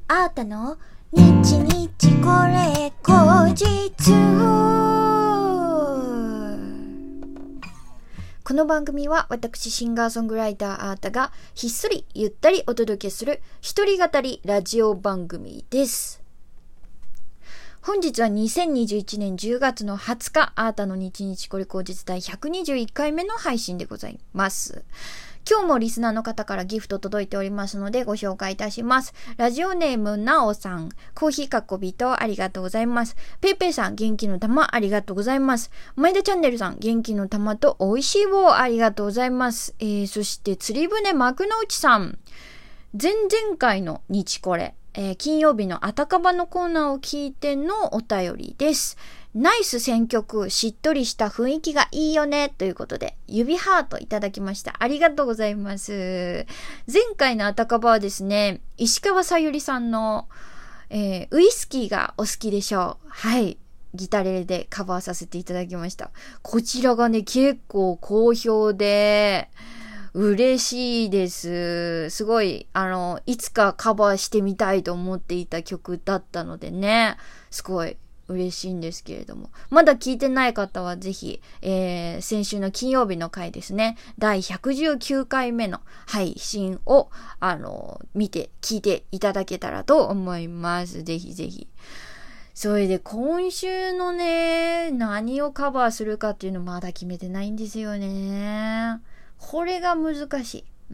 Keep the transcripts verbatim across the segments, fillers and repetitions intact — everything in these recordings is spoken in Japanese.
あーたの日日これ後日。この番組は私シンガーソングライターあーたがひっそりゆったりお届けする一人語りラジオ番組です。本日はにせんにじゅういちねんじゅうがつのはつか、あーたの日日これ後日第ひゃくにじゅういっかいめの配信でございます。今日もリスナーの方からギフト届いておりますのでご紹介いたします。ラジオネームなおさん、コーヒーかっこびとありがとうございます。ペイペイさん、元気の玉ありがとうございます。前田チャンネルさん、元気の玉と美味しい棒ありがとうございます。えー、そして釣り船幕の内さん、前々回の日これ、えー、金曜日のあたかばのコーナーを聞いてのお便りです。ナイス選曲、しっとりした雰囲気がいいよねということで指ハートいただきました。ありがとうございます。前回のあたかばはですね、石川さゆりさんの、えー、ウイスキーがお好きでしょう。はい、ギタレレでカバーさせていただきました。こちらがね結構好評で嬉しいです。すごいあのいつかカバーしてみたいと思っていた曲だったのでね、すごい嬉しいんですけれども、まだ聞いてない方はぜひ、えー、先週の金曜日の回ですね、だいひゃくじゅうきゅうかいめの配信をあの見て聞いていただけたらと思います。ぜひぜひ。それで今週のね、何をカバーするかっていうのまだ決めてないんですよね。これが難しい。うん。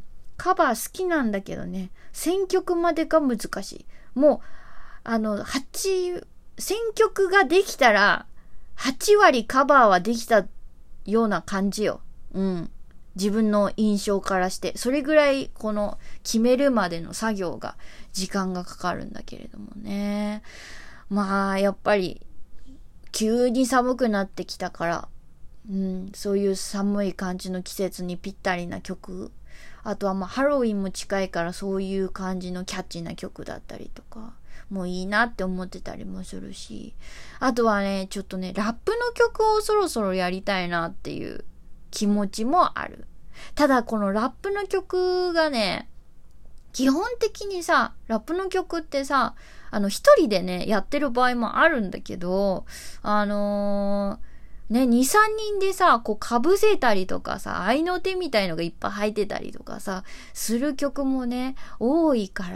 カバー好きなんだけどね、選曲までが難しい。もうあのはち選曲ができたらはちわりカバーはできたような感じよ。うん。自分の印象からして、それぐらいこの決めるまでの作業が時間がかかるんだけれどもね。まあやっぱり急に寒くなってきたから、うん、そういう寒い感じの季節にぴったりな曲、あとはまあハロウィンも近いからそういう感じのキャッチーな曲だったりとかもういいなって思ってたりもするし、あとはねちょっとねラップの曲をそろそろやりたいなっていう気持ちもある。ただこのラップの曲がね、基本的にさラップの曲ってさ、あの一人でねやってる場合もあるんだけど、あのーね、に、さんにんでさ、こう被せたりとかさ、合いの手みたいのがいっぱい入ってたりとかさ、する曲もね、多いから、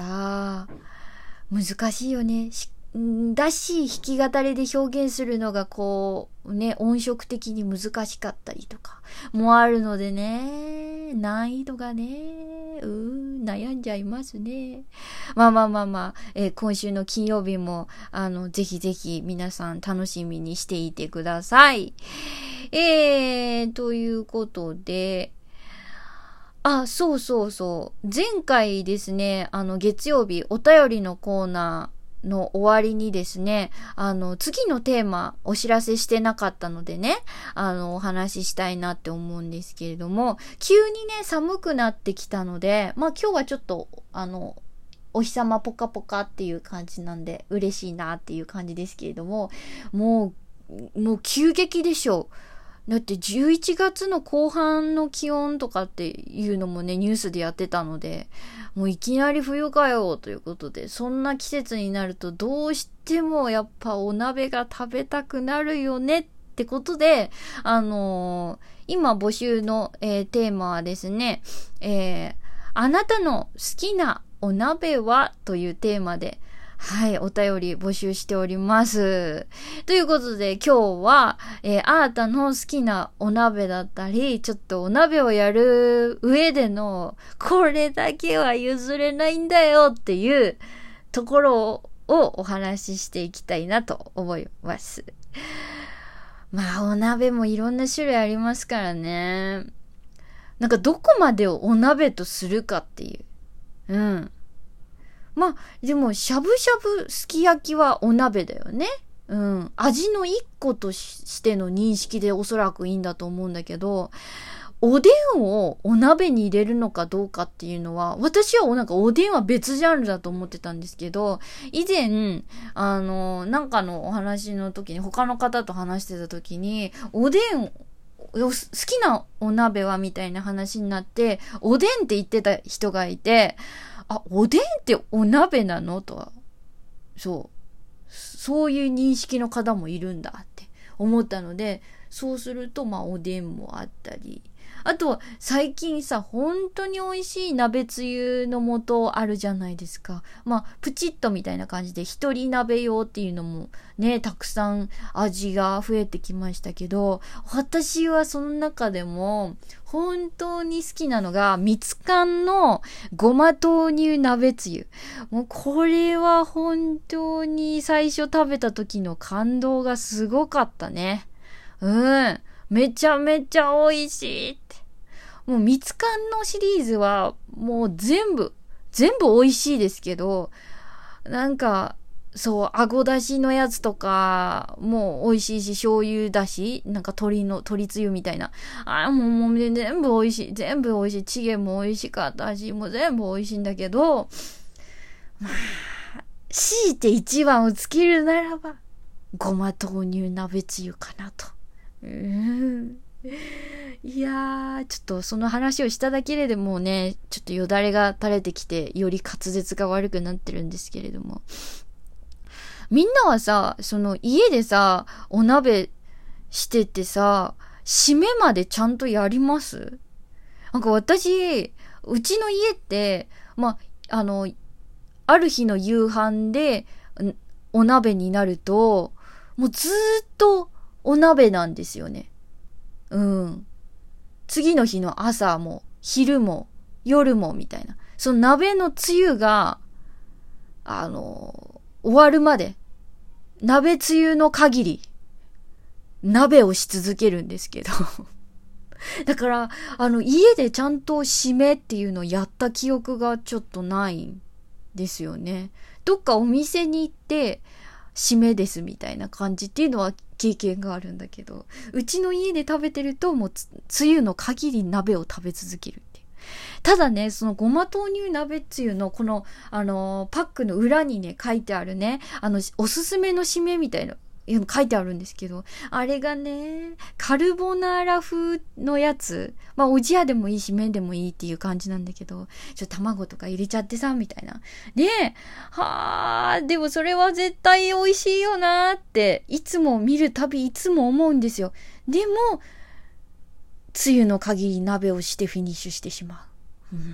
難しいよね。だし、弾き語りで表現するのがこう、ね、音色的に難しかったりとかもあるのでね、難易度がね、うーん、悩んじゃいますね。まあまあまあまあ、えー、今週の金曜日も、あの、ぜひぜひ皆さん楽しみにしていてください。えー、ということで、あ、そうそうそう。前回ですね、あの、月曜日、お便りのコーナー、の終わりにですね、あの次のテーマお知らせしてなかったのでね、あのお話ししたいなって思うんですけれども、急にね寒くなってきたので、まあ今日はちょっとあのお日様ポカポカっていう感じなんで嬉しいなっていう感じですけれども、もうもう急激でしょう。だってじゅういちがつの後半の気温とかっていうのもねニュースでやってたので、もういきなり冬かよということで、そんな季節になるとどうしてもやっぱお鍋が食べたくなるよねってことで、あのー、今募集の、えー、テーマはですね、えー、あなたの好きなお鍋はというテーマで、はい、お便り募集しております。ということで今日は、えー、あーたの好きなお鍋だったり、ちょっとお鍋をやる上でのこれだけは譲れないんだよっていうところをお話ししていきたいなと思います。まあお鍋もいろんな種類ありますからね。なんかどこまでをお鍋とするかっていう。うん。まあでもしゃぶしゃぶすき焼きはお鍋だよね。うん、味の一個としての認識でおそらくいいんだと思うんだけど、おでんをお鍋に入れるのかどうかっていうのは、私はなんかおでんは別ジャンルだと思ってたんですけど、以前あのなんかのお話の時に他の方と話してた時に、おでん好きなお鍋はみたいな話になって、おでんって言ってた人がいて、 あ、おでんってお鍋なのとは、そう、そういう認識の方もいるんだって思ったので、そうすると、まあ、おでんもあったり、あと、最近さ、本当に美味しい鍋つゆの素あるじゃないですか。まあ、プチッとみたいな感じで、一人鍋用っていうのもね、たくさん味が増えてきましたけど、私はその中でも、本当に好きなのが、みつかんのごま豆乳鍋つゆ。もうこれは本当に最初食べた時の感動がすごかったね。うん。めちゃめちゃ美味しいって。もうみつかんのシリーズはもう全部、全部美味しいですけど、なんか、そう、あごだしのやつとかも美味しいし、醤油だし、なんか鶏の、鶏つゆみたいな。あ、もう、もう全部美味しい。全部美味しい。チゲも美味しかったし、もう全部美味しいんだけど、まあ、強いて一番をつけるならば、ごま豆乳鍋つゆかなと。うーんいやー、ちょっとその話をしただけでもうね、ちょっとよだれが垂れてきて、より滑舌が悪くなってるんですけれども。みんなはさ、その家でさ、お鍋しててさ、締めまでちゃんとやります？なんか私、うちの家って、まあ、あの、ある日の夕飯で、お鍋になると、もうずーっとお鍋なんですよね。うん。次の日の朝も、昼も、夜もみたいな。その鍋のつゆが、あの、終わるまで、鍋つゆの限り、鍋をし続けるんですけど。だから、あの、家でちゃんと締めっていうのをやった記憶がちょっとないんですよね。どっかお店に行って、締めですみたいな感じっていうのは経験があるんだけど、うちの家で食べてるともうつ、つゆの限り鍋を食べ続けるっていう。ただね、そのごま豆乳鍋つゆのこの、あのー、パックの裏にね、書いてあるね、あの、おすすめの締めみたいな、書いてあるんですけど、あれがね、カルボナーラ風のやつ、まあ、おじやでもいいし、麺でもいいっていう感じなんだけど、ちょっと卵とか入れちゃってさ、みたいな。ねえ、はー、でもそれは絶対美味しいよなーって、いつも見るたびいつも思うんですよ。でも、つゆの限り鍋をしてフィニッシュしてしまう。うん、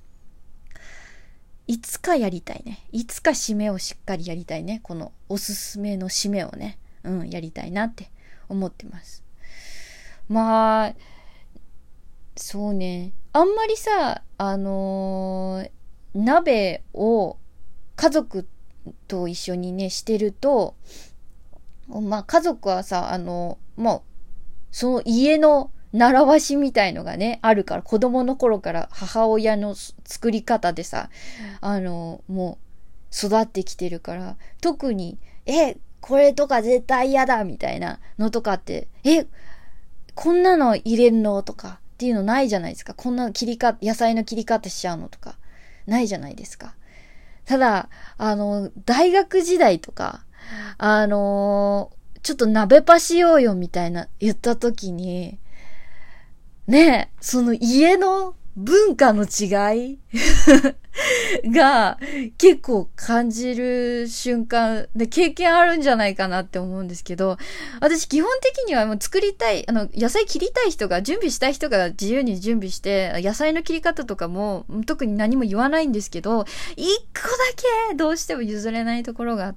いつかやりたいね。いつか締めをしっかりやりたいね。このおすすめの締めをね、うん、やりたいなって思ってます。まあ、そうね。あんまりさ、あのー、鍋を家族と一緒にね、してると、まあ家族はさ、あの、もう、その家の習わしみたいのがね、あるから、子供の頃から母親の作り方でさ、あの、もう、育ってきてるから、特に、え、これとか絶対嫌だみたいなのとかって、え、こんなの入れんのとかっていうのないじゃないですか。こんな切り方、野菜の切り方しちゃうのとか、ないじゃないですか。ただ、あの、大学時代とか、あの、ちょっと鍋パしようよみたいな言った時に、ねえ、その家の文化の違いが結構感じる瞬間で経験あるんじゃないかなって思うんですけど、私基本的にはもう作りたい、あの、野菜切りたい人が、準備したい人が自由に準備して、野菜の切り方とかも特に何も言わないんですけど、一個だけどうしても譲れないところがあって、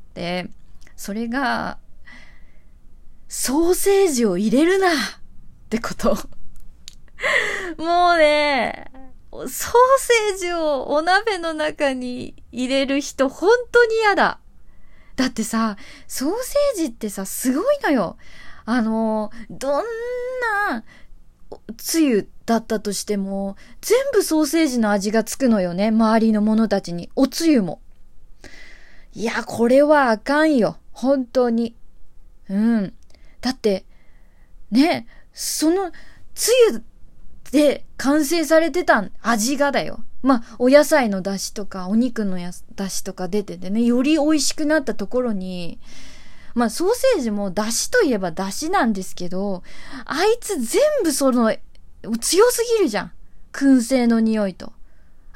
それが、ソーセージを入れるなってこと。もうね、ソーセージをお鍋の中に入れる人本当に嫌だ。だってさ、ソーセージってさ、すごいのよ。あの、どんなつゆだったとしても、全部ソーセージの味がつくのよね。周りの者たちに。おつゆも。いや、これはあかんよ。本当に。うん。だって、ね、その、つゆで完成されてた味がだよ。まあ、お野菜の出汁とか、お肉のや出汁とか出ててね、より美味しくなったところに、まあ、ソーセージも出汁といえば出汁なんですけど、あいつ全部その、強すぎるじゃん。燻製の匂いと。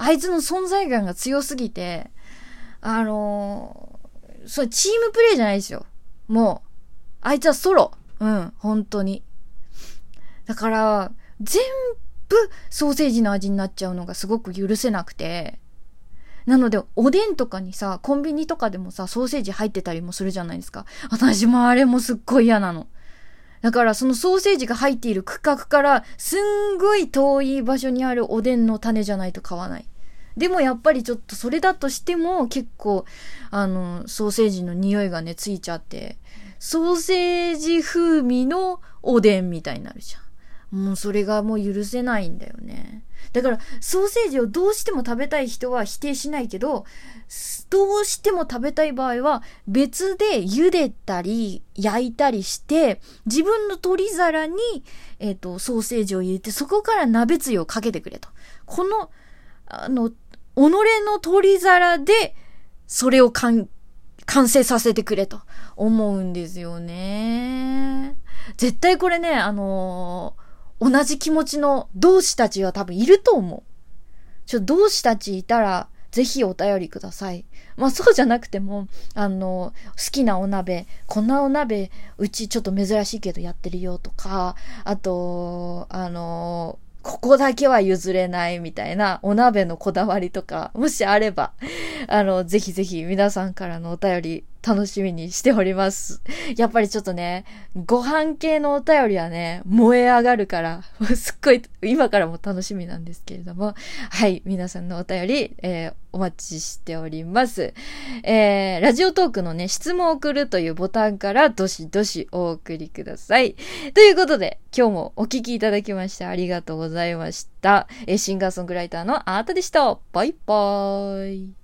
あいつの存在感が強すぎて、あのー、それチームプレイじゃないですよ。もう、あいつはソロ。うん、本当に。だから、全部ソーセージの味になっちゃうのがすごく許せなくて。なので、おでんとかにさ、コンビニとかでもさ、ソーセージ入ってたりもするじゃないですか。私もあれもすっごい嫌なの。だからそのソーセージが入っている区画からすんごい遠い場所にあるおでんの種じゃないと買わない。でもやっぱりちょっとそれだとしても結構あのソーセージの匂いがねついちゃって、ソーセージ風味のおでんみたいになるじゃん。もうそれがもう許せないんだよね。だからソーセージをどうしても食べたい人は否定しないけど、どうしても食べたい場合は別で茹でたり焼いたりして自分の取り皿に、えっと、ソーセージを入れてそこから鍋つゆをかけてくれと。この、あの、己の取り皿でそれを完成させてくれと思うんですよね。絶対これね、あのー同じ気持ちの同志たちは多分いると思う。ちょ、同志たちいたら、ぜひお便りください。まあそうじゃなくても、あの、好きなお鍋、こんなお鍋、うちちょっと珍しいけどやってるよとか、あと、あの、ここだけは譲れないみたいなお鍋のこだわりとか、もしあれば、あの、ぜひぜひ皆さんからのお便り楽しみにしております。やっぱりちょっとね、ご飯系のお便りはね、燃え上がるから、すっごい今からも楽しみなんですけれども、はい、皆さんのお便り、えー、お待ちしております。えー、ラジオトークのね、質問を送るというボタンからどしどしお送りください。ということで、今日もお聞きいただきましてありがとうございました。えー、シンガーソングライターのあなたでした。バイバーイ。